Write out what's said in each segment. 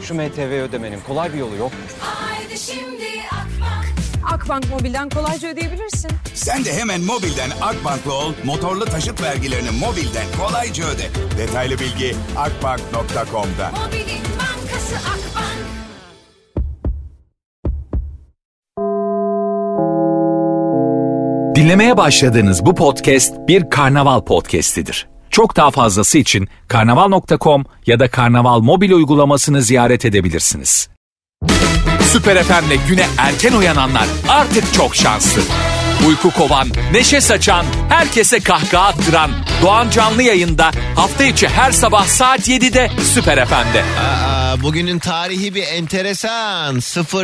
Şu MTV ödemenin kolay bir yolu yok. Haydi şimdi Akbank. Akbank Mobil'den kolayca ödeyebilirsin. Sen de hemen mobilden Akbank'la ol, motorlu taşıt vergilerini mobilden kolayca öde. Detaylı bilgi akbank.com'da. Mobilin bankası Akbank. Dinlemeye başladığınız bu podcast bir Karnaval podcastidir. Çok daha fazlası için karnaval.com ya da Karnaval mobil uygulamasını ziyaret edebilirsiniz. Süper FM'le güne erken uyananlar artık çok şanslı. Uyku kovan, neşe saçan, herkese kahkaha attıran Doğan Canlı Yayında hafta içi her sabah saat 7'de Süper FM'de. Bugünün tarihi bir enteresan.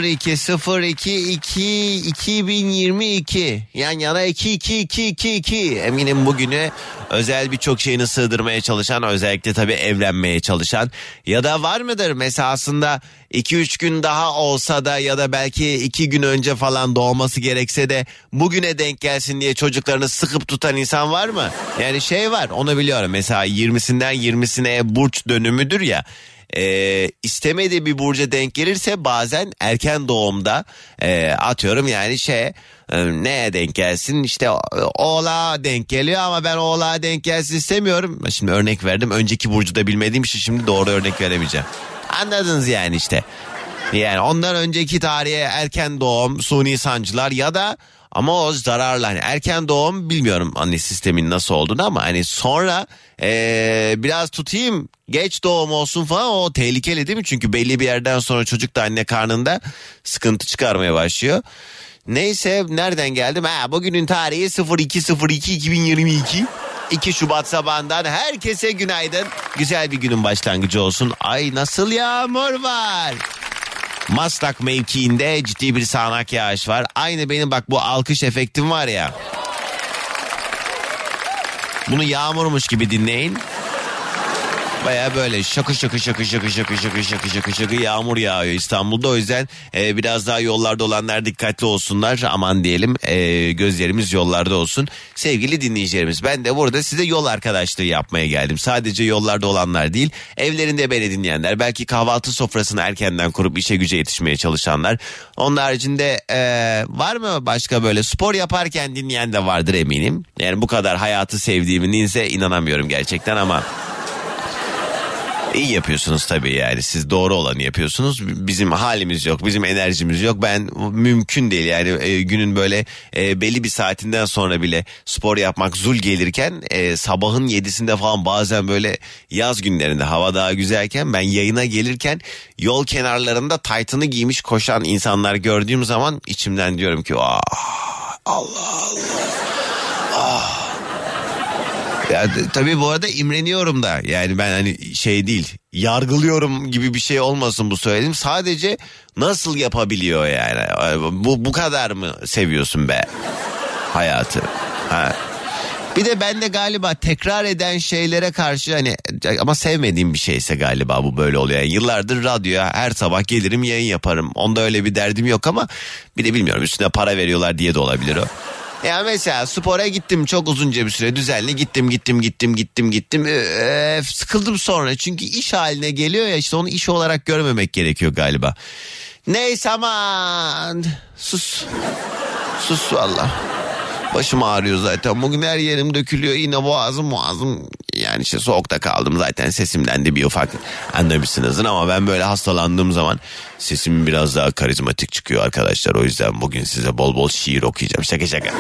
02.02.2022 yan yana 2222. Eminim bugünü özel birçok şeyini sığdırmaya çalışan, özellikle tabii evlenmeye çalışan ya da var mıdır mesela aslında 2-3 gün daha olsa da ya da belki 2 gün önce falan doğması gerekse de bugüne denk gelsin diye çocuklarını sıkıp tutan insan var mı? Yani şey var, onu biliyorum, mesela 20'sinden 20'sine burç dönümüdür ya. İstemediği bir burca denk gelirse bazen erken doğumda atıyorum yani neye denk gelsin, işte oğlağa denk geliyor ama ben oğlağa denk gelsin istemiyorum. Şimdi örnek verdim, önceki burcu da bilmediğim için şimdi doğru örnek veremeyeceğim. Anladınız yani işte. Yani ondan önceki tarihe erken doğum, suni sancılar ya da ama o zararlı, hani erken doğum bilmiyorum anne sistemin nasıl olduğunu ama hani sonra biraz tutayım geç doğum olsun falan, o tehlikeli değil mi? Çünkü belli bir yerden sonra çocuk da anne karnında sıkıntı çıkarmaya başlıyor. Neyse, nereden geldim? Bugünün tarihi 02.02.2022. 2 Şubat sabahından herkese günaydın. Güzel bir günün başlangıcı olsun. Ay nasıl yağmur var. Maslak mevkiinde ciddi bir sağanak yağış var. Aynı benim bak bu alkış efektim var ya. Bunu yağmurmuş gibi dinleyin. Baya böyle şakı yağmur yağıyor İstanbul'da. O yüzden biraz daha yollarda olanlar dikkatli olsunlar. Aman diyelim, gözlerimiz yollarda olsun. Sevgili dinleyicilerimiz, ben de burada size yol arkadaşlığı yapmaya geldim. Sadece yollarda olanlar değil, evlerinde beni dinleyenler, belki kahvaltı sofrasını erkenden kurup işe güce yetişmeye çalışanlar. Onun haricinde var mı başka böyle spor yaparken dinleyen de vardır eminim. Yani bu kadar hayatı sevdiğinize inanamıyorum gerçekten ama... İyi yapıyorsunuz tabii, yani siz doğru olanı yapıyorsunuz. Bizim halimiz yok, bizim enerjimiz yok. Ben mümkün değil yani günün böyle belli bir saatinden sonra bile spor yapmak zul gelirken sabahın 7'sinde falan, bazen böyle yaz günlerinde hava daha güzelken ben yayına gelirken yol kenarlarında taytını giymiş koşan insanlar gördüğüm zaman içimden diyorum ki Allah Allah. Ya, tabii bu arada imreniyorum da, yani ben hani değil, yargılıyorum gibi bir şey olmasın bu söylediğim, sadece nasıl yapabiliyor yani, bu kadar mı seviyorsun be hayatı? Bir de ben de galiba tekrar eden şeylere karşı hani, ama sevmediğim bir şeyse galiba bu böyle oluyor. Yani yıllardır radyoya her sabah gelirim, yayın yaparım, onda öyle bir derdim yok ama bir de bilmiyorum, üstüne para veriyorlar diye de olabilir o. Ya mesela spora gittim çok uzunca bir süre, düzenli gittim. Sıkıldım sonra, çünkü iş haline geliyor ya, işte onu iş olarak görmemek gerekiyor galiba. Neyse aman sus valla. Başım ağrıyor zaten. Bugün her yerim dökülüyor. Yine boğazım. Yani işte soğukta kaldım zaten. Sesimden de bir ufak anlamışsınızdır. Ama ben böyle hastalandığım zaman sesim biraz daha karizmatik çıkıyor arkadaşlar. O yüzden bugün size bol bol şiir okuyacağım. Şaka.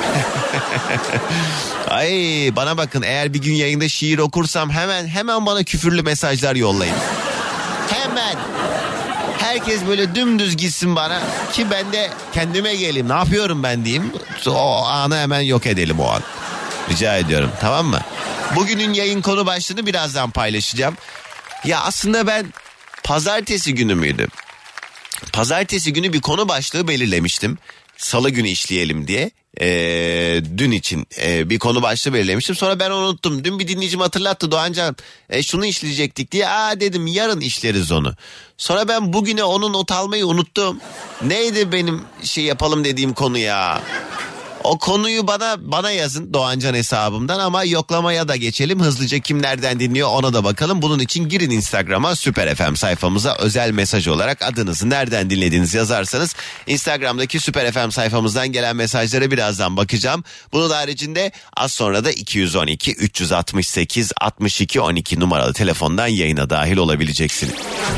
Ay bana bakın, eğer bir gün yayında şiir okursam hemen bana küfürlü mesajlar yollayın. Hemen. Herkes böyle dümdüz gitsin bana ki ben de kendime geleyim. Ne yapıyorum ben diyeyim. O anı hemen yok edelim o an. Rica ediyorum, tamam mı? Bugünün yayın konu başlığını birazdan paylaşacağım. Ya aslında ben pazartesi günü müydü? Pazartesi günü bir konu başlığı belirlemiştim. Salı günü işleyelim diye. Dün için bir konu başlığı belirlemiştim. Sonra ben unuttum. Dün bir dinleyicim hatırlattı, Doğancan şunu işleyecektik diye. Dedim yarın işleriz onu. Sonra ben bugüne onu not almayı unuttum. Neydi benim yapalım dediğim konu ya? O konuyu bana yazın Doğancan hesabımdan, ama yoklamaya da geçelim. Hızlıca kim nereden dinliyor ona da bakalım. Bunun için girin Instagram'a, Süper FM sayfamıza özel mesaj olarak adınızı, nereden dinlediğinizi yazarsanız Instagram'daki Süper FM sayfamızdan gelen mesajlara birazdan bakacağım. Bunun haricinde az sonra da 212 368 62 12 numaralı telefondan yayına dahil olabileceksin.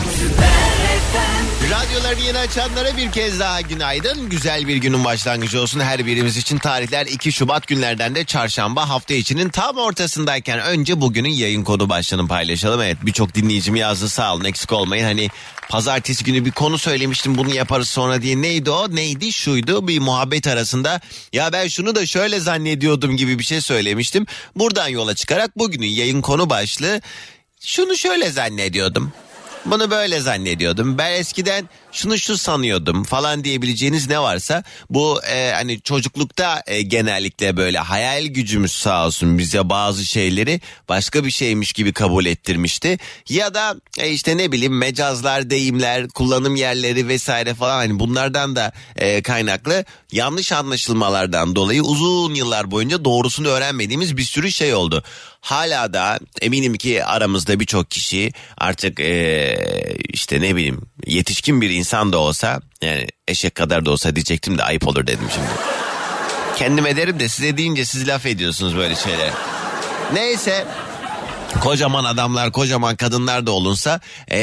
Radyolarını yeni açanlara bir kez daha günaydın. Güzel bir günün başlangıcı olsun her birimiz için. Tarihler 2 Şubat, günlerden de çarşamba, hafta içinin tam ortasındayken önce bugünün yayın konu başlığını paylaşalım. Evet, birçok dinleyicim yazdı, sağ olun, eksik olmayın. Hani pazartesi günü bir konu söylemiştim, bunu yaparız sonra diye. Neydi o? Neydi? Şuydu, bir muhabbet arasında ya ben şunu da şöyle zannediyordum gibi bir şey söylemiştim. Buradan yola çıkarak bugünün yayın konu başlığı şunu şöyle zannediyordum, bunu böyle zannediyordum, ben eskiden şunu şu sanıyordum falan diyebileceğiniz ne varsa bu hani çocuklukta genellikle böyle hayal gücümüz sağ olsun bize bazı şeyleri başka bir şeymiş gibi kabul ettirmişti. Ya da işte ne bileyim mecazlar, deyimler, kullanım yerleri vesaire falan, hani bunlardan da kaynaklı yanlış anlaşılmalardan dolayı uzun yıllar boyunca doğrusunu öğrenmediğimiz bir sürü şey oldu. Hala da eminim ki aramızda birçok kişi artık işte ne bileyim yetişkin bir insan da olsa, yani eşek kadar da olsa diyecektim de ayıp olur dedim şimdi. Kendime derim de size deyince siz laf ediyorsunuz böyle şeyler. Neyse, kocaman adamlar, kocaman kadınlar da olunsa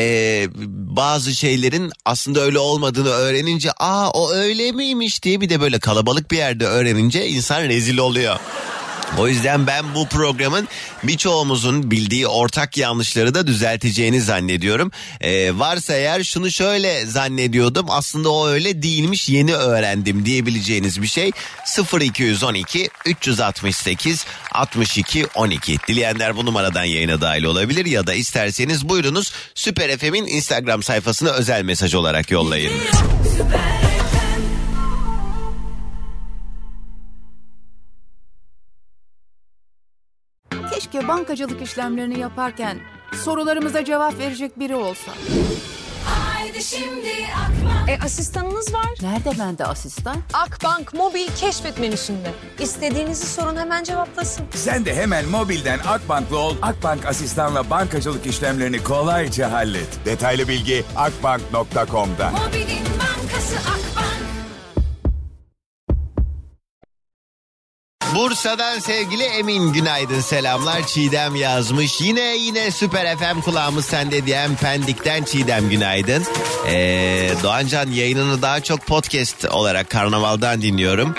bazı şeylerin aslında öyle olmadığını öğrenince o öyle miymiş diye bir de böyle kalabalık bir yerde öğrenince insan rezil oluyor. O yüzden ben bu programın birçoğumuzun bildiği ortak yanlışları da düzelteceğini zannediyorum. Varsa eğer şunu şöyle zannediyordum, aslında o öyle değilmiş, yeni öğrendim diyebileceğiniz bir şey 0212 368 62 12. Dileyenler bu numaradan yayına dahil olabilir ya da isterseniz buyurunuz Süper FM'in Instagram sayfasına özel mesaj olarak yollayın. Keşke bankacılık işlemlerini yaparken sorularımıza cevap verecek biri olsa. Haydi şimdi Akbank. Asistanınız var. Nerede bende asistan? Akbank mobil keşfet menüsünde. İstediğinizi sorun, hemen cevaplasın. Sen de hemen mobilden Akbank'lı ol. Akbank asistanla bankacılık işlemlerini kolayca hallet. Detaylı bilgi akbank.com'da. Mobilin bankası Akbank. Bursa'dan sevgili Emin günaydın, selamlar. Çiğdem yazmış. Yine Süper FM kulağımız sende diyen Pendik'ten Çiğdem günaydın. Doğancan, yayınını daha çok podcast olarak Karnaval'dan dinliyorum.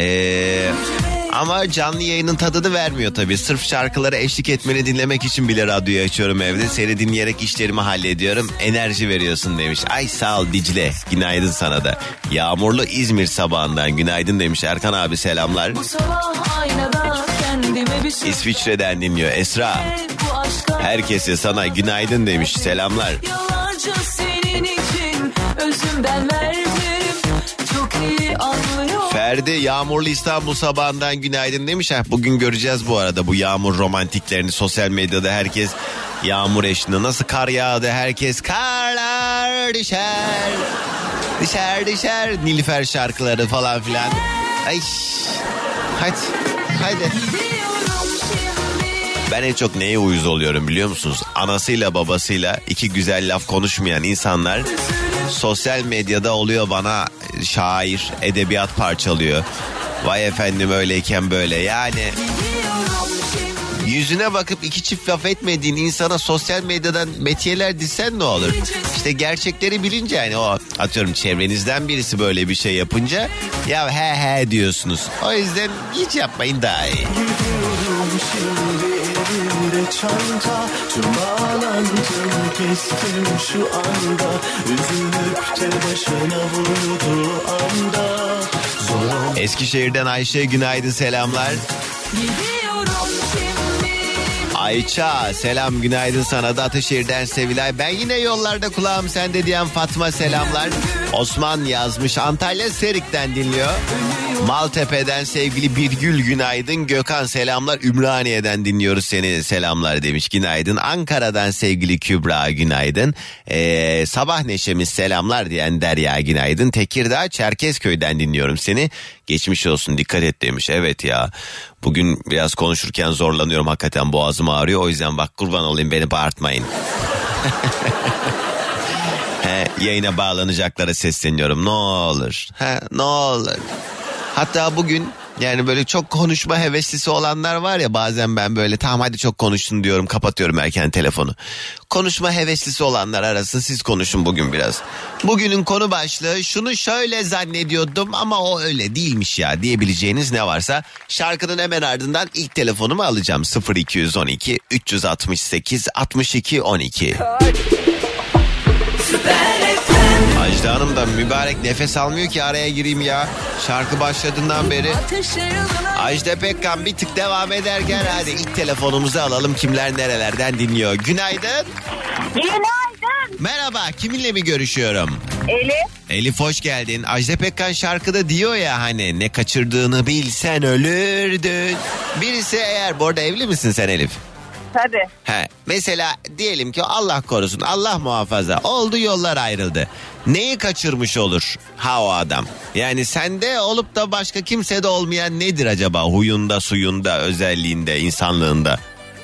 Ama canlı yayının tadını vermiyor tabii. Sırf şarkılara eşlik etmeni dinlemek için bile radyoyu açıyorum evde. Seni dinleyerek işlerimi hallediyorum. Enerji veriyorsun demiş. Ay sağ ol Dicle. Günaydın sana da. Yağmurlu İzmir sabahından günaydın demiş. Erkan abi selamlar. İsviçre'den dinliyor Esra. Herkese sana günaydın demiş. Selamlar. Yıllarca senin için özümden verdim. Çok iyi anlıyorum. Ferdi Yağmurlu İstanbul sabahından günaydın demiş. Bugün göreceğiz bu arada bu yağmur romantiklerini sosyal medyada. Herkes yağmur eşliğinde, nasıl kar yağdı, herkes karlar düşer düşer Nilüfer şarkıları falan filan. Ay hadi. Ben en çok neye uyuz oluyorum biliyor musunuz? Anasıyla babasıyla iki güzel laf konuşmayan insanlar sosyal medyada oluyor bana şair, edebiyat parçalıyor. Vay efendim öyleyken böyle, yani yüzüne bakıp iki çift laf etmediğin insana sosyal medyadan metiyeler dizsen ne olur? İşte gerçekleri bilince, yani o atıyorum çevrenizden birisi böyle bir şey yapınca ya he diyorsunuz. O yüzden hiç yapmayın daha iyi. Çanta tüm bağlantım kestim şu anda, üzülüp de başına vurduğu anda. Eskişehir'den Ayşe günaydın selamlar. Ayça selam günaydın sana da Ataşehir'den Sevilay. Ben yine yollarda kulağım sende diyen Fatma selamlar. Osman yazmış Antalya Serik'ten dinliyor. Maltepe'den sevgili Birgül günaydın. Gökhan selamlar. Ümraniye'den dinliyoruz seni selamlar demiş günaydın. Ankara'dan sevgili Kübra günaydın. Sabah neşemiz selamlar diyen Derya günaydın. Tekirdağ Çerkezköy'den dinliyorum seni. Geçmiş olsun dikkat et demiş. Evet ya bugün biraz konuşurken zorlanıyorum hakikaten boğazım ağrıyor. O yüzden bak kurban olayım beni bağırtmayın. Yayına bağlanacaklara sesleniyorum ne olur. Ne olur. Hatta bugün yani böyle çok konuşma heveslisi olanlar var ya bazen ben böyle tamam hadi çok konuştun diyorum kapatıyorum erken telefonu. Konuşma heveslisi olanlar arasın siz konuşun bugün biraz. Bugünün konu başlığı şunu şöyle zannediyordum ama o öyle değilmiş ya diyebileceğiniz ne varsa şarkının hemen ardından ilk telefonumu alacağım 0212 368 62 12. Ajda Hanım da mübarek nefes almıyor ki araya gireyim ya. Şarkı başladığından beri. Ajda Pekkan bir tık devam ederken hadi ilk telefonumuzu alalım. Kimler nerelerden dinliyor. Günaydın. Günaydın. Merhaba kiminle mi görüşüyorum? Elif. Elif hoş geldin. Ajda Pekkan şarkıda diyor ya hani ne kaçırdığını bilsen ölürdün. Birisi eğer bu arada evli misin sen Elif? Tabii. Mesela diyelim ki Allah korusun Allah muhafaza oldu yollar ayrıldı. Neyi kaçırmış olur o adam? Yani sende olup da başka kimsede olmayan nedir acaba? Huyunda, suyunda, özelliğinde, insanlığında.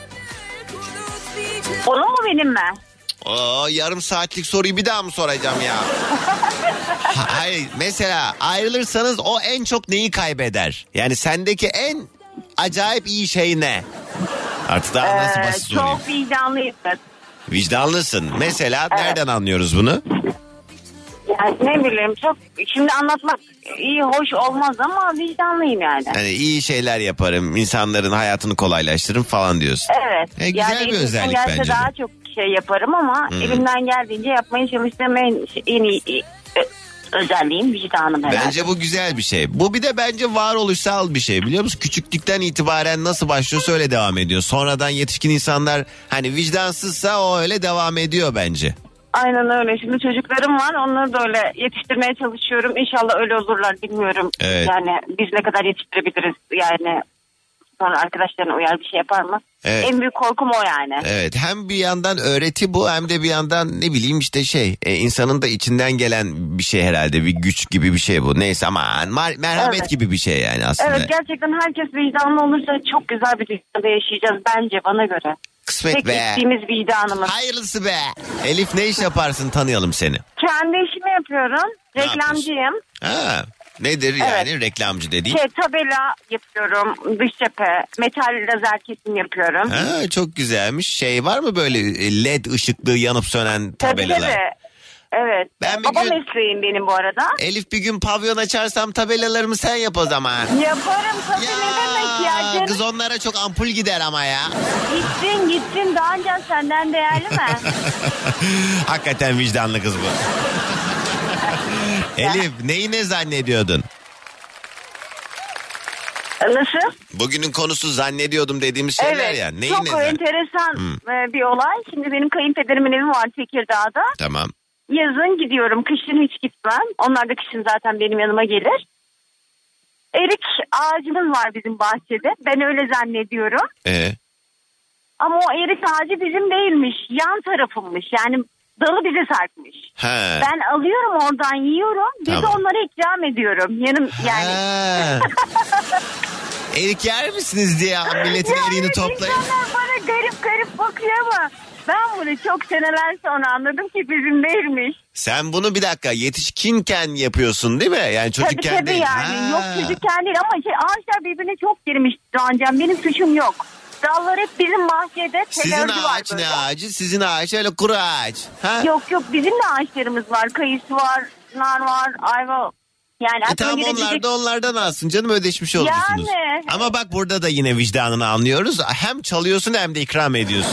Onun mu benim mi? Yarım saatlik soruyu bir daha mı soracağım ya? Hayır mesela ayrılırsanız o en çok neyi kaybeder? Yani sendeki en acayip iyi şey ne? Artık daha nasıl basit sorayım? Çok vicdanlıyımdır. Vicdanlısın. Mesela nereden anlıyoruz bunu? Yani ne bileyim çok şimdi anlatmak iyi hoş olmaz ama vicdanlıyım yani. Hani iyi şeyler yaparım, insanların hayatını kolaylaştırırım falan diyorsun. Evet. Güzel yani bir özellik bence. Daha çok şey yaparım ama elimden geldiğince yapmaya çalıştığım en iyi özelliğim vicdanım herhalde. Bence bu güzel bir şey. Bu bir de bence varoluşsal bir şey biliyor musun? Küçüklükten itibaren nasıl başlıyorsa öyle devam ediyor. Sonradan yetişkin insanlar hani vicdansızsa o öyle devam ediyor bence. Aynen öyle. Şimdi çocuklarım var. Onları da öyle yetiştirmeye çalışıyorum. İnşallah öyle olurlar bilmiyorum. Evet. Yani biz ne kadar yetiştirebiliriz yani sonra arkadaşlarına uyar bir şey yapar mı? Evet. En büyük korkum o yani. Evet hem bir yandan öğreti bu hem de bir yandan ne bileyim işte insanın da içinden gelen bir şey herhalde bir güç gibi bir şey bu. Neyse aman merhamet evet. gibi bir şey yani aslında. Evet gerçekten herkes vicdanlı olursa çok güzel bir dünyada yaşayacağız bence bana göre. Kısmet tek be. ettiğimiz vicdanımız. Hayırlısı be. Elif ne iş yaparsın tanıyalım seni. Kendi işimi yapıyorum. Reklamcıyım. Nedir yani reklamcı dediğin? Tabela yapıyorum. Dış cephe. Metal lazer kesim yapıyorum. Çok güzelmiş. Var mı böyle led ışıklı yanıp sönen tabelalar? Tabii. Evet. Baba mesleğim benim bu arada. Elif bir gün pavyon açarsam tabelalarımı sen yap o zaman. Yaparım tabii ne demek ya canım. Kız onlara çok ampul gider ama ya. Gitsin daha önce senden değerli mi? Hakikaten vicdanlı kız bu. Elif neyi ne zannediyordun? Nasıl? Bugünün konusu zannediyordum dediğimiz şeyler ya. Neyi çok enteresan bir olay. Şimdi benim kayınpederimin evi var Tekirdağ'da. Tamam. Yazın gidiyorum. Kışın hiç gitmem. Onlar da kışın zaten benim yanıma gelir. Erik ağacımız var bizim bahçede. Ben öyle zannediyorum. Ama o erik ağacı bizim değilmiş. Yan tarafımmış. Yani dalı bize sarkmış. Ben alıyorum oradan yiyorum. Bir de onlara ikram ediyorum. Yani. Erik yer misiniz diye milletin eriğini toplayıp. İnsanlar bana garip bakıyor ama ben bunu çok seneler sonra anladım ki bizim değilmiş. Sen bunu bir dakika yetişkinken yapıyorsun değil mi? Yani çocukken tabii değil. Yani. Yok çocukken değil ama ağaçlar birbirine çok girmiş Doğancan. Benim suçum yok. Dallar hep bizim bahçede. Sizin ağaç ne ağacı? Sizin ağaç öyle kuru ağaç. Yok bizim de ağaçlarımız var. Kayısı var, nar var, ayva. Yani tamam onlardan alsın canım ödeşmiş olursunuz. Yani. Ama bak burada da yine vicdanını anlıyoruz. Hem çalıyorsun hem de ikram ediyorsun.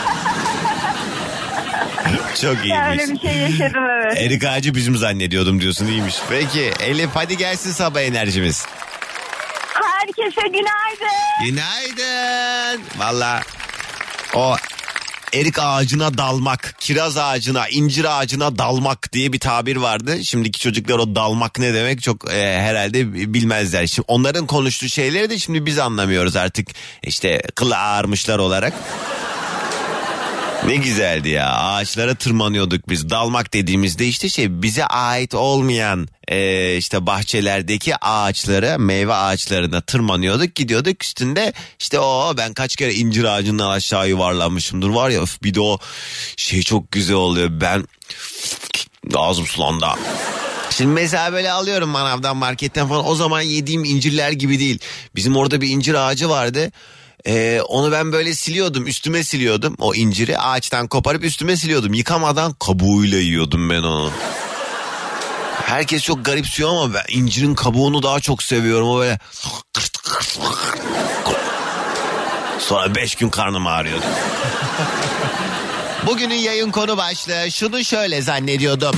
Çok iyiymiş. Öyle bir şey yaşadım evet. Erik ağacı bizim zannediyordum diyorsun iyiymiş. Peki Elif hadi gelsin sabah enerjimiz. Herkese günaydın. Günaydın. Valla O erik ağacına dalmak, kiraz ağacına, incir ağacına dalmak diye bir tabir vardı. Şimdiki çocuklar o dalmak ne demek çok herhalde bilmezler. Şimdi onların konuştuğu şeyleri de şimdi biz anlamıyoruz artık. İşte kılı ağarmışlar olarak. Ne güzeldi ya, ağaçlara tırmanıyorduk biz. Dalmak dediğimizde işte bize ait olmayan işte bahçelerdeki ağaçlara, meyve ağaçlarına tırmanıyorduk, gidiyorduk üstünde işte ben kaç kere incir ağacından aşağı yuvarlanmışımdır var ya, bir de o şey çok güzel oluyor, ben ağzım sulandı. Şimdi mesela böyle alıyorum manavdan, marketten falan, o zaman yediğim incirler gibi değil. Bizim orada bir incir ağacı vardı. Onu ben böyle siliyordum, üstüme siliyordum o inciri, ağaçtan koparıp üstüme siliyordum, yıkamadan kabuğuyla yiyordum ben onu. Herkes çok garipsiyor ama ben incirin kabuğunu daha çok seviyorum, o böyle. Sonra 5 gün karnım ağrıyordu. Bugünün yayın konu başlığı şunu şöyle zannediyordum.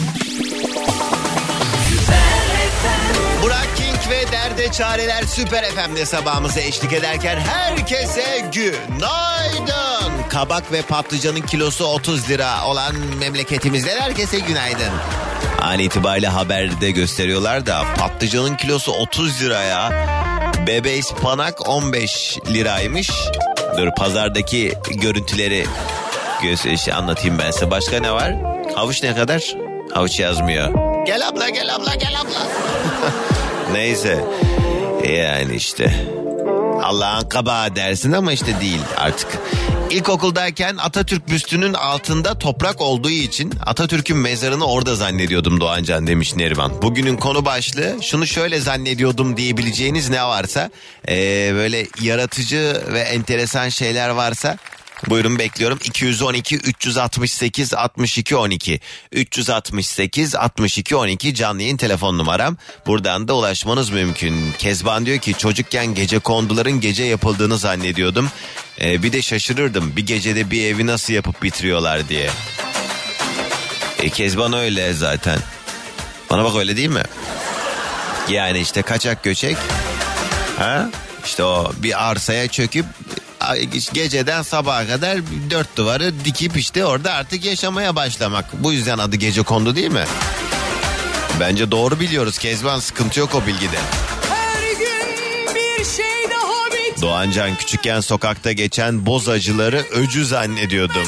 Burak King ve Derde Çareler Süper FM'de sabahımıza eşlik ederken herkese günaydın. Kabak ve patlıcanın kilosu 30 lira olan memleketimizden herkese günaydın. An itibariyle haberde gösteriyorlar da patlıcanın kilosu 30 lira ya. Bebe ıspanak 15 liraymış. Dur, pazardaki görüntüleri anlatayım ben size. Başka ne var? Havuç ne kadar? Havuç yazmıyor. Gel abla, gel abla, gel abla. Neyse. Yani işte. Allah'ın kabağı dersin ama işte değil artık. İlkokuldayken Atatürk büstünün altında toprak olduğu için Atatürk'ün mezarını orada zannediyordum Doğancan demiş Neriman. Bugünün konu başlığı şunu şöyle zannediyordum diyebileceğiniz ne varsa, böyle yaratıcı ve enteresan şeyler varsa buyurun, bekliyorum. 212 368 62 12 368 62 12 canlı yayın telefon numaram. Buradan da ulaşmanız mümkün. Kezban diyor ki çocukken gecekonduların gece yapıldığını zannediyordum. Bir de şaşırırdım bir gecede bir evi nasıl yapıp bitiriyorlar diye. Kezban öyle zaten. Bana bak, öyle değil mi? Yani işte kaçak göçek. Ha? İşte o bir arsaya çöküp geceden sabaha kadar 4 duvarı dikip işte orada artık yaşamaya başlamak. Bu yüzden adı gecekondu değil mi? Bence doğru biliyoruz Kezban, sıkıntı yok o bilgide. Her gün bir şey daha biter. Doğancan küçükken sokakta geçen bozacıları öcü zannediyordum.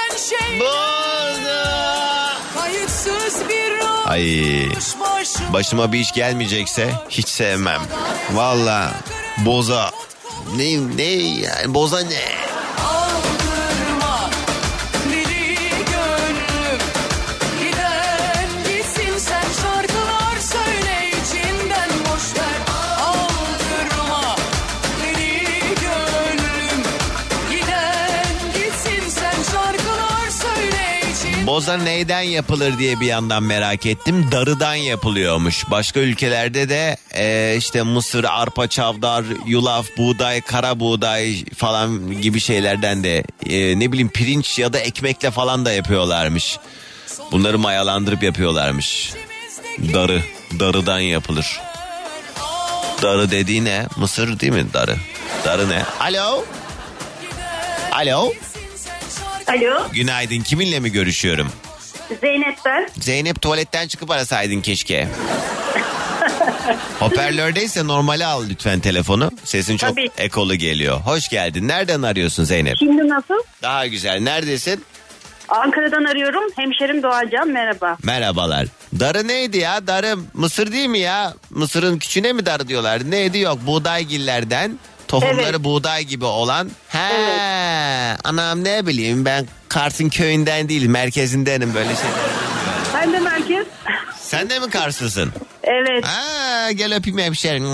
Ay, başıma bir iş gelmeyecekse hiç sevmem. Vallahi boza. Ne yani, boza ne? Aldırma deli gönlüm, giden gitsin sen, şarkılar söyle içinden boşver. Aldırma deli gönlüm, giden gitsin sen, şarkılar söyle içinden. Boza neyden yapılır diye bir yandan merak ettim. Darıdan yapılıyormuş. Başka ülkelerde de işte mısır, arpa, çavdar, yulaf, buğday, kara buğday falan gibi şeylerden de ne bileyim pirinç ya da ekmekle falan da yapıyorlarmış. Bunları mayalandırıp yapıyorlarmış. Darıdan yapılır. Darı dediği ne? Mısır değil mi darı? Darı ne? Alo? Alo? Alo. Günaydın, kiminle mi görüşüyorum? Zeynep ben. Zeynep, tuvaletten çıkıp arasaydın keşke. Hoparlördeyse normale al lütfen telefonu. Sesin çok Tabii. ekolu geliyor. Hoş geldin. Nereden arıyorsun Zeynep? Şimdi nasıl? Daha güzel. Neredesin? Ankara'dan arıyorum. Hemşerim Doğancan, merhaba. Merhabalar. Darı neydi ya? Darı mısır değil mi ya? Mısırın küçüğüne mi darı diyorlar? Neydi, yok buğdaygillerden. Tohumları Evet. buğday gibi olan. Evet. Anam ne bileyim, ben Kars'ın köyünden değil merkezindenim, böyle şeyler bilmiyorum. Ben de merkez. Sen de mi Karslısın? Evet. Gel öpeyim hemşerim.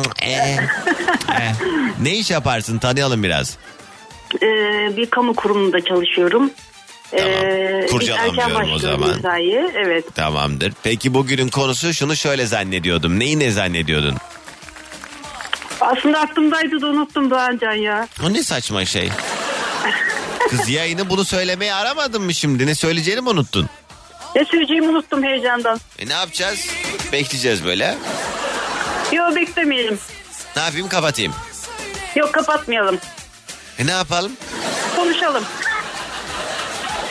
Ne iş yaparsın, tanıyalım biraz. Bir kamu kurumunda çalışıyorum. Tamam. Kurcalamıyorum o zaman. Mesai. Evet. Tamamdır. Peki bugünün konusu şunu şöyle zannediyordum. Neyi ne zannediyordun? Aslında aklımdaydı da unuttum Doğancan ya. O ne saçma şey. Kız yayını bunu söylemeyi aramadın mı şimdi? Ne söyleyeceğini mi unuttun? Ne söyleyeceğimi unuttum heyecandan. Ne yapacağız? Bekleyeceğiz böyle. Yok, beklemeyelim. Ne yapayım, kapatayım? Yok, kapatmayalım. Ne yapalım? Konuşalım.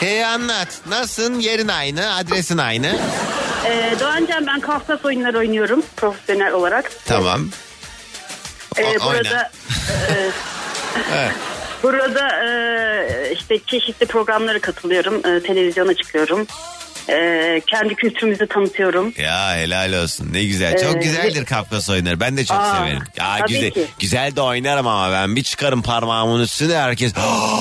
Anlat. Nasılsın? Yerin aynı, adresin aynı. Doğancan, ben Kafkas oyunları oynuyorum profesyonel olarak. Tamam. Burada burada işte çeşitli programlara katılıyorum. Televizyona çıkıyorum. Kendi kültürümüzü tanıtıyorum. Ya helal olsun, ne güzel. Çok güzeldir Kafkas oyunları. Ben de çok severim. Ya güzel, güzel de oynarım ama ben bir çıkarım parmağımın üstüne herkes.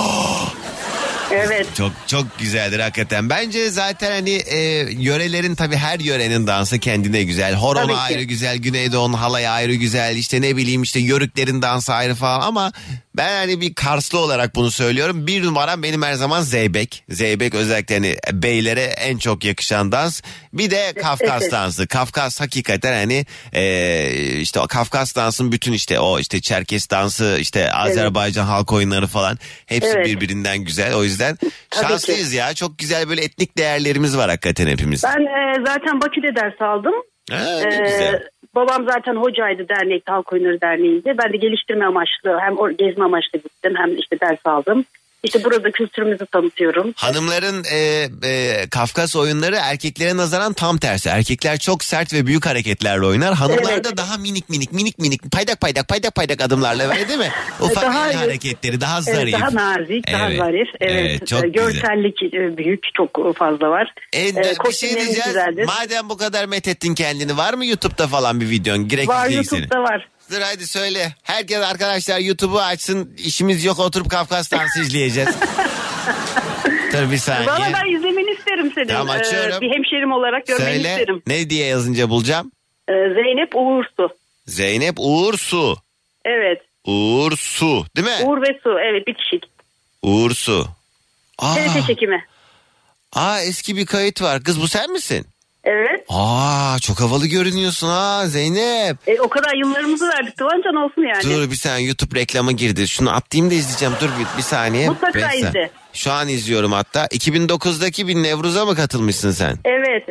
Evet. Çok güzeldir hakikaten. Bence zaten hani yörelerin, tabii her yörenin dansı kendine güzel. Horon ayrı güzel, Güneydoğu'nun halayı ayrı güzel. İşte ne bileyim, işte Yörüklerin dansı ayrı falan. Ama ben hani bir Karslı olarak bunu söylüyorum. Bir numaram benim her zaman zeybek. Zeybek özellikle hani beylere en çok yakışan dans. Bir de Kafkas dansı. Kafkas hakikaten hani işte o Kafkas dansın bütün işte o işte Çerkes dansı, işte Azerbaycan halk oyunları falan. Hepsi birbirinden güzel. O yüzden şanslıyız ya. Çok güzel böyle etnik değerlerimiz var hakikaten hepimiz. Ben zaten Bakü'de ders aldım. Güzel. Babam zaten hocaydı dernekte, Halk Oyunları Derneği'nde. Ben de geliştirme amaçlı, hem gezme amaçlı gittim hem işte ders aldım. İşte burada kültürümüzü tanıtıyorum. Hanımların Kafkas oyunları erkeklere nazaran tam tersi. Erkekler çok sert ve büyük hareketlerle oynar. Hanımlar da daha minik paydak adımlarla, öyle değil mi? Ufak hareketleri daha zarif. Daha nazik, daha zarif. Evet. Çok görsellik büyük, çok fazla var. Bir şey diyeceğiz. Güzeldir. Madem bu kadar methettin kendini, var mı YouTube'da falan bir videon? Var, YouTube'da var. Dur hadi söyle. Herkes arkadaşlar YouTube'u açsın. İşimiz yok, oturup Kafkas dansı izleyeceğiz. Dur bir saniye. Valla ben izlemeni isterim senin. Tamam, açıyorum. Bir hemşerim olarak görmeni isterim. Ne diye yazınca bulacağım? Zeynep Uğursu. Zeynep Uğursu. Evet. Uğursu değil mi? Uğur ve Su, evet, bitişik. Uğursu. TRT çekimi. Eski bir kayıt var. Kız bu sen misin? Evet. Çok havalı görünüyorsun Zeynep. O kadar yıllarımızı verdik Doğancan, olsun yani. Dur bir saniye, YouTube reklamı girdi. Şunu atlayayım da izleyeceğim. Dur bir saniye. Mutlaka izle. Şu an izliyorum hatta. 2009'daki bir Nevruz'a mı katılmışsın sen? Evet.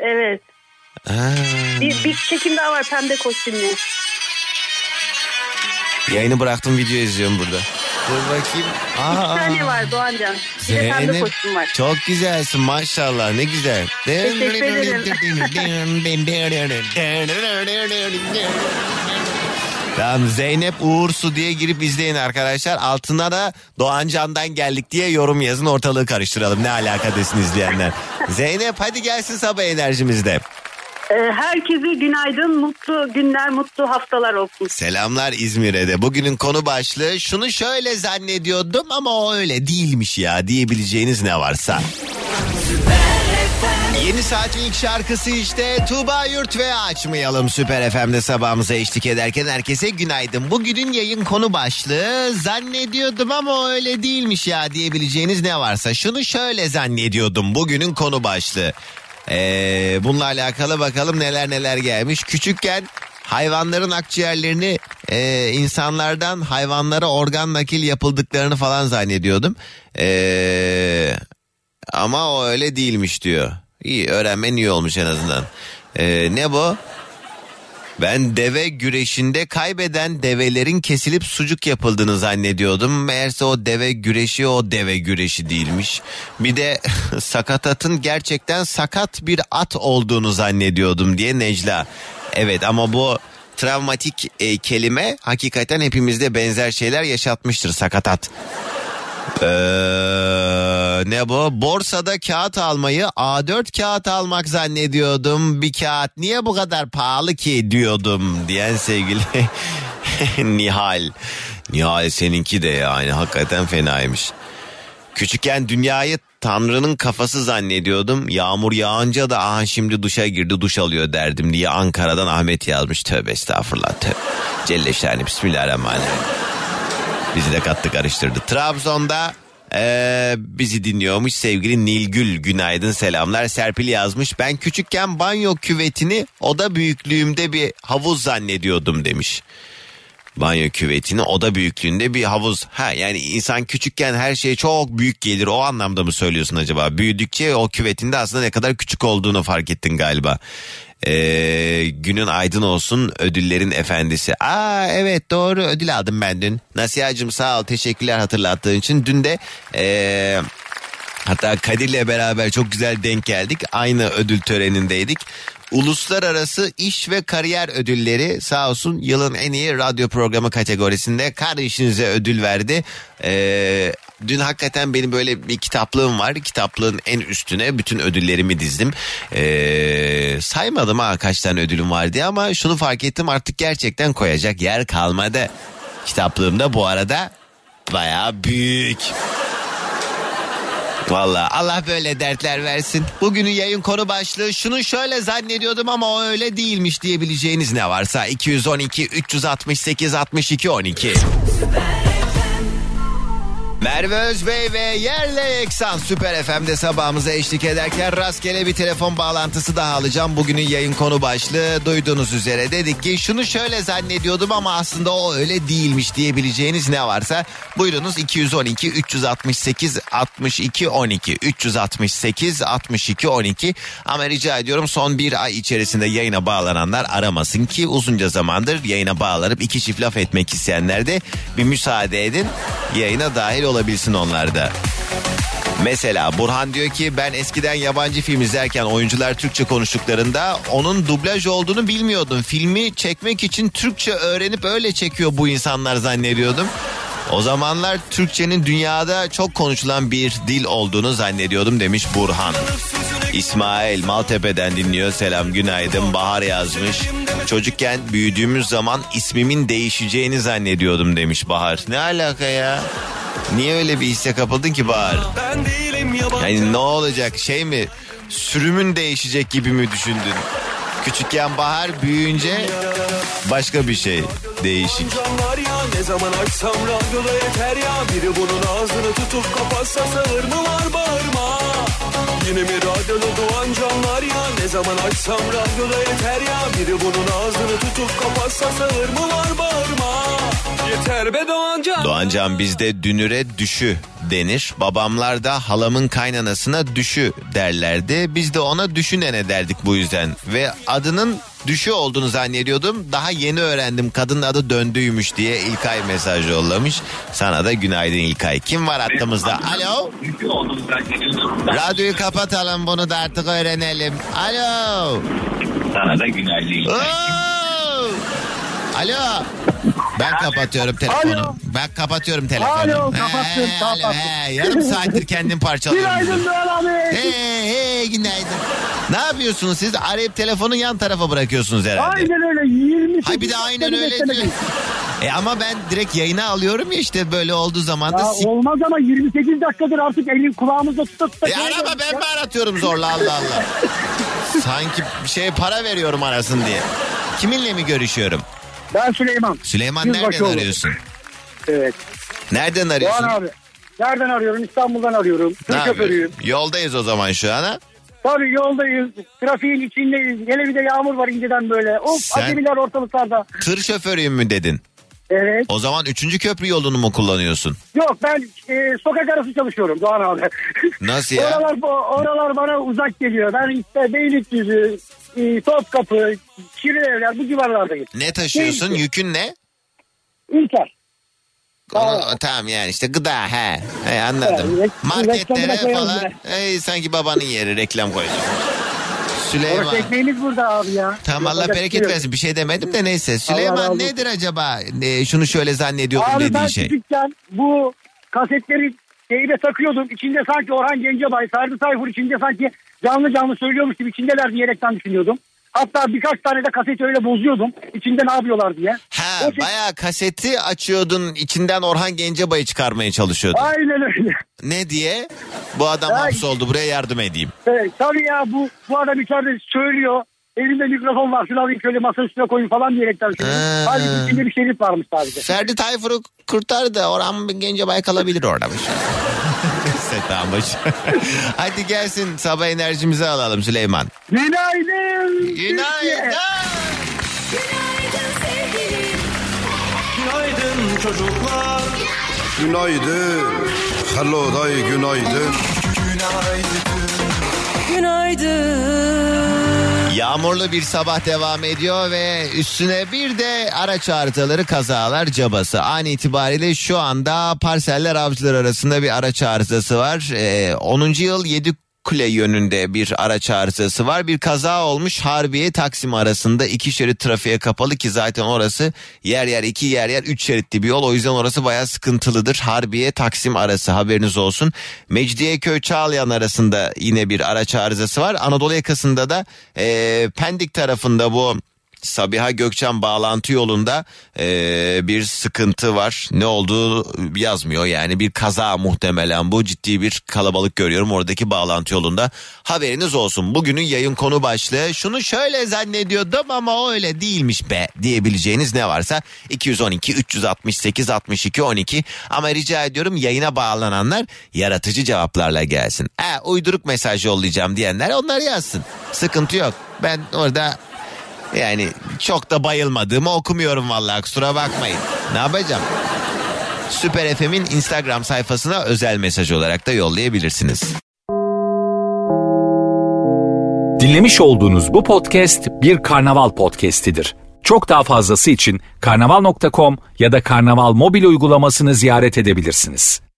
Bir çekim daha var, pembe kostümlü. Yayını bıraktım, video izliyorum burada. Dur bakayım. 2 tane var Doğancan. Bir de pembe kostüm var. Çok güzelsin maşallah, ne güzel. Teşekkür ederim. Tamam, Zeynep Uğursu diye girip izleyin arkadaşlar. Altına da Doğancan'dan geldik diye yorum yazın, ortalığı karıştıralım. Ne alaka desin izleyenler. Zeynep hadi gelsin sabah enerjimizde. Herkese günaydın, mutlu günler, mutlu haftalar olsun. Selamlar İzmir'e de. Bugünün konu başlığı, şunu şöyle zannediyordum ama o öyle değilmiş ya diyebileceğiniz ne varsa. Yeni saatin ilk şarkısı işte Tuğba Yurt ve Açmayalım Süper FM'de sabahımıza eşlik ederken herkese günaydın. Bugünün yayın konu başlığı, zannediyordum ama öyle değilmiş ya diyebileceğiniz ne varsa. Şunu şöyle zannediyordum, bugünün konu başlığı. Bununla alakalı bakalım neler gelmiş. Küçükken hayvanların akciğerlerini insanlardan hayvanlara organ nakil yapıldıklarını falan zannediyordum. Ama o öyle değilmiş diyor. İyi, öğrenmen iyi olmuş en azından. Ne bu? Ben deve güreşinde kaybeden develerin kesilip sucuk yapıldığını zannediyordum. Meğerse o deve güreşi değilmiş. Bir de sakatatın gerçekten sakat bir at olduğunu zannediyordum diye Necla. Evet, ama bu travmatik kelime hakikaten hepimizde benzer şeyler yaşatmıştır, sakatat. Ne bu? Borsada kağıt almayı A4 kağıt almak zannediyordum. Bir kağıt niye bu kadar pahalı ki diyordum diyen sevgili Nihal. Nihal seninki de yani hakikaten fenaymış. Küçükken dünyayı Tanrı'nın kafası zannediyordum. Yağmur yağınca da şimdi duşa girdi, duş alıyor derdim diye Ankara'dan Ahmet yazmış. Tövbe estağfurullah. Celle şani, bismillahirrahmanirrahim. Bizi de kattı karıştırdı. Trabzon'da bizi dinliyormuş sevgili Nilgül. Günaydın, selamlar. Serpil yazmış. Ben küçükken banyo küvetini oda büyüklüğümde bir havuz zannediyordum demiş. Banyo küvetini oda büyüklüğünde bir havuz. Yani insan küçükken her şey çok büyük gelir. O anlamda mı söylüyorsun acaba? Büyüdükçe o küvetinde aslında ne kadar küçük olduğunu fark ettin galiba. Günün aydın olsun, ödüllerin efendisi. Evet, doğru, ödül aldım ben dün. Nasihacığım sağ ol, teşekkürler hatırlattığın için. Dün de Hatta Kadir'le beraber çok güzel denk geldik. Aynı ödül törenindeydik. Uluslararası İş ve Kariyer Ödülleri sağ olsun yılın en iyi radyo programı kategorisinde kardeşinize ödül verdi. Dün hakikaten benim böyle bir kitaplığım var. Kitaplığın en üstüne bütün ödüllerimi dizdim. Saymadım kaç tane ödülüm var diye ama şunu fark ettim, artık gerçekten koyacak yer kalmadı. Kitaplığımda bu arada bayağı büyük. Vallahi Allah böyle dertler versin. Bugünün yayın konu başlığı şunu şöyle zannediyordum ama o öyle değilmiş diyebileceğiniz ne varsa 212 368 62 12. Merve Özbey ve Yerle Eksan Süper FM'de sabahımıza eşlik ederken rastgele bir telefon bağlantısı daha alacağım. Bugünün yayın konu başlığı duyduğunuz üzere dedik ki şunu şöyle zannediyordum ama aslında o öyle değilmiş diyebileceğiniz ne varsa buyurunuz 212 368 62 12 368 62 12 ama rica ediyorum son bir ay içerisinde yayına bağlananlar aramasın ki uzunca zamandır yayına bağlanıp iki çift laf etmek isteyenler de bir müsaade edin, yayına dahil olabilsin onlar da. Mesela Burhan diyor ki ben eskiden yabancı film izlerken oyuncular Türkçe konuştuklarında onun dublaj olduğunu bilmiyordum. Filmi çekmek için Türkçe öğrenip öyle çekiyor bu insanlar zannediyordum. O zamanlar Türkçenin dünyada çok konuşulan bir dil olduğunu zannediyordum demiş Burhan. İsmail Maltepe'den dinliyor. Selam, günaydın. Bahar yazmış. Çocukken büyüdüğümüz zaman ismimin değişeceğini zannediyordum demiş Bahar. Ne alaka ya? Niye öyle bir hisse kapıldın ki Bahar? Yani ne olacak, şey mi? Sürümün değişecek gibi mi düşündün? Küçükken Bahar, büyüyünce başka bir şey. Değişik. Ne zaman açsam radyoda yeter ya. Biri bunun ağzını tutup kapatsa sağır mı var bağırma. Yine mi radyoda doğan canlar ya. Ne zaman açsam radyoda yeter ya. Biri bunun ağzını tutup kapatsa sağır mı var bağırma. Yeter be Doğancan. Doğancan bizde dünüre düşü denir. Babamlar da halamın kaynanasına düşü derlerdi. Biz de ona düşünene derdik bu yüzden. Ve adının düşü olduğunu zannediyordum. Daha yeni öğrendim kadının adı döndüymüş diye İlkay mesaj yollamış. Sana da günaydın İlkay. Kim var hattımızda? Alo. Radyoyu kapatalım, bunu da artık öğrenelim. Alo. Sana da günaydın İlkay. Alo. Ben kapatıyorum telefonu. Alo. Ben kapatıyorum telefonu. Alo, kapattım. Yarım saattir kendim parçalıyorum. Günaydın Doğan abi. Hey günaydın. Ne yapıyorsunuz siz? Arayıp telefonu yan tarafa bırakıyorsunuz herhalde. Aynen öyle. 28 Hay bir de aynen öyle diyor. Ama ben direkt yayına alıyorum ya, işte böyle olduğu zaman da... olmaz ama 28 dakikadır artık elim kulağımızda tuta. Arama, ben mi aratıyorum zorla, Allah Allah. Sanki bir şeye para veriyorum arasın diye. Kiminle mi görüşüyorum? Ben Süleyman. Süleyman, nereden arıyorsun? Evet. Nereden arıyorsun? Doğan abi. Nereden arıyorum? İstanbul'dan arıyorum. Tır şoförüyüm. Yoldayız o zaman şu an ha? Tabii yoldayız. Trafiğin içindeyiz. Hele bir de yağmur var inceden böyle. Of, acemiler ortalıklarda. Tır şoförüyüm mü dedin? Evet. O zaman 3. köprü yolunu mu kullanıyorsun? Yok, ben sokak arası çalışıyorum Doğan abi. Nasıl ya? Oralar bana uzak geliyor. Ben işte Beylikdüzü, Topkapı, Şirinevler bu civarlardayım. Ne taşıyorsun? Yükün ne? İlker. Tamam yani işte gıda anladım. Evet, marketlere falan sanki babanın yeri, reklam koyacak. Süleyman. Orası ekmeğimiz burada abi ya. Tamam, Allah bereket versin, bir şey demedim de neyse. Süleyman nedir acaba şunu şöyle zannediyordum abi dediğin şey? Abi ben küçükken bu kasetleri şeyde takıyordum. İçinde sanki Orhan Gencebay, Ferdi Tayfur içinde sanki canlı söylüyormuş gibi içindeler diyerekten düşünüyordum. Hatta birkaç tane de kaseti öyle bozuyordum. İçinde ne yapıyorlar diye. Bayağı kaseti açıyordun, içinden Orhan Gencebay'ı çıkarmaya çalışıyordun. Aynen öyle. Ne diye? Bu adam hapsoldu, buraya yardım edeyim. Evet, tabii ya bu adam içeride söylüyor. Elimde mikrofon var, şunu alayım şöyle masa üstüne koyun falan diyerekten söylüyor. Halbuki içinde bir şerif varmış sadece. Ferdi Tayfur'u kurtardı, Orhan Gencebay kalabilir orada. Hadi gelsin, sabah enerjimizi alalım Süleyman. Günaydın. Günaydın. Günaydın sevgilim. Günaydın çocuklar. Günaydın. Hello day, günaydın. Günaydın. Ya Yağmurlu bir sabah devam ediyor ve üstüne bir de araç arızaları, kazalar cabası. An itibariyle şu anda Parseller Avcılar arasında bir araç arızası var. 10. yıl 7 Kule yönünde bir araç arızası var. Bir kaza olmuş Harbiye Taksim arasında, 2 şerit trafiğe kapalı ki zaten orası yer yer 2 yer yer 3 şeritli bir yol. O yüzden orası bayağı sıkıntılıdır. Harbiye Taksim arası, haberiniz olsun. Mecidiyeköy Çağlayan arasında yine bir araç arızası var. Anadolu yakasında da Pendik tarafında bu Sabiha Gökçen bağlantı yolunda bir sıkıntı var. Ne olduğu yazmıyor, yani bir kaza muhtemelen bu. Ciddi bir kalabalık görüyorum oradaki bağlantı yolunda. Haberiniz olsun. Bugünün yayın konu başlığı, şunu şöyle zannediyordum ama o öyle değilmiş be diyebileceğiniz ne varsa 212 368 62 12, ama rica ediyorum yayına bağlananlar yaratıcı cevaplarla gelsin. Uyduruk mesaj yollayacağım diyenler onlar yazsın. Sıkıntı yok. Ben orada yani çok da bayılmadığımı okumuyorum vallahi, kusura bakmayın. Ne yapacağım? Süper FM'in Instagram sayfasına özel mesaj olarak da yollayabilirsiniz. Dinlemiş olduğunuz bu podcast bir Karnaval podcastidir. Çok daha fazlası için karnaval.com ya da Karnaval mobil uygulamasını ziyaret edebilirsiniz.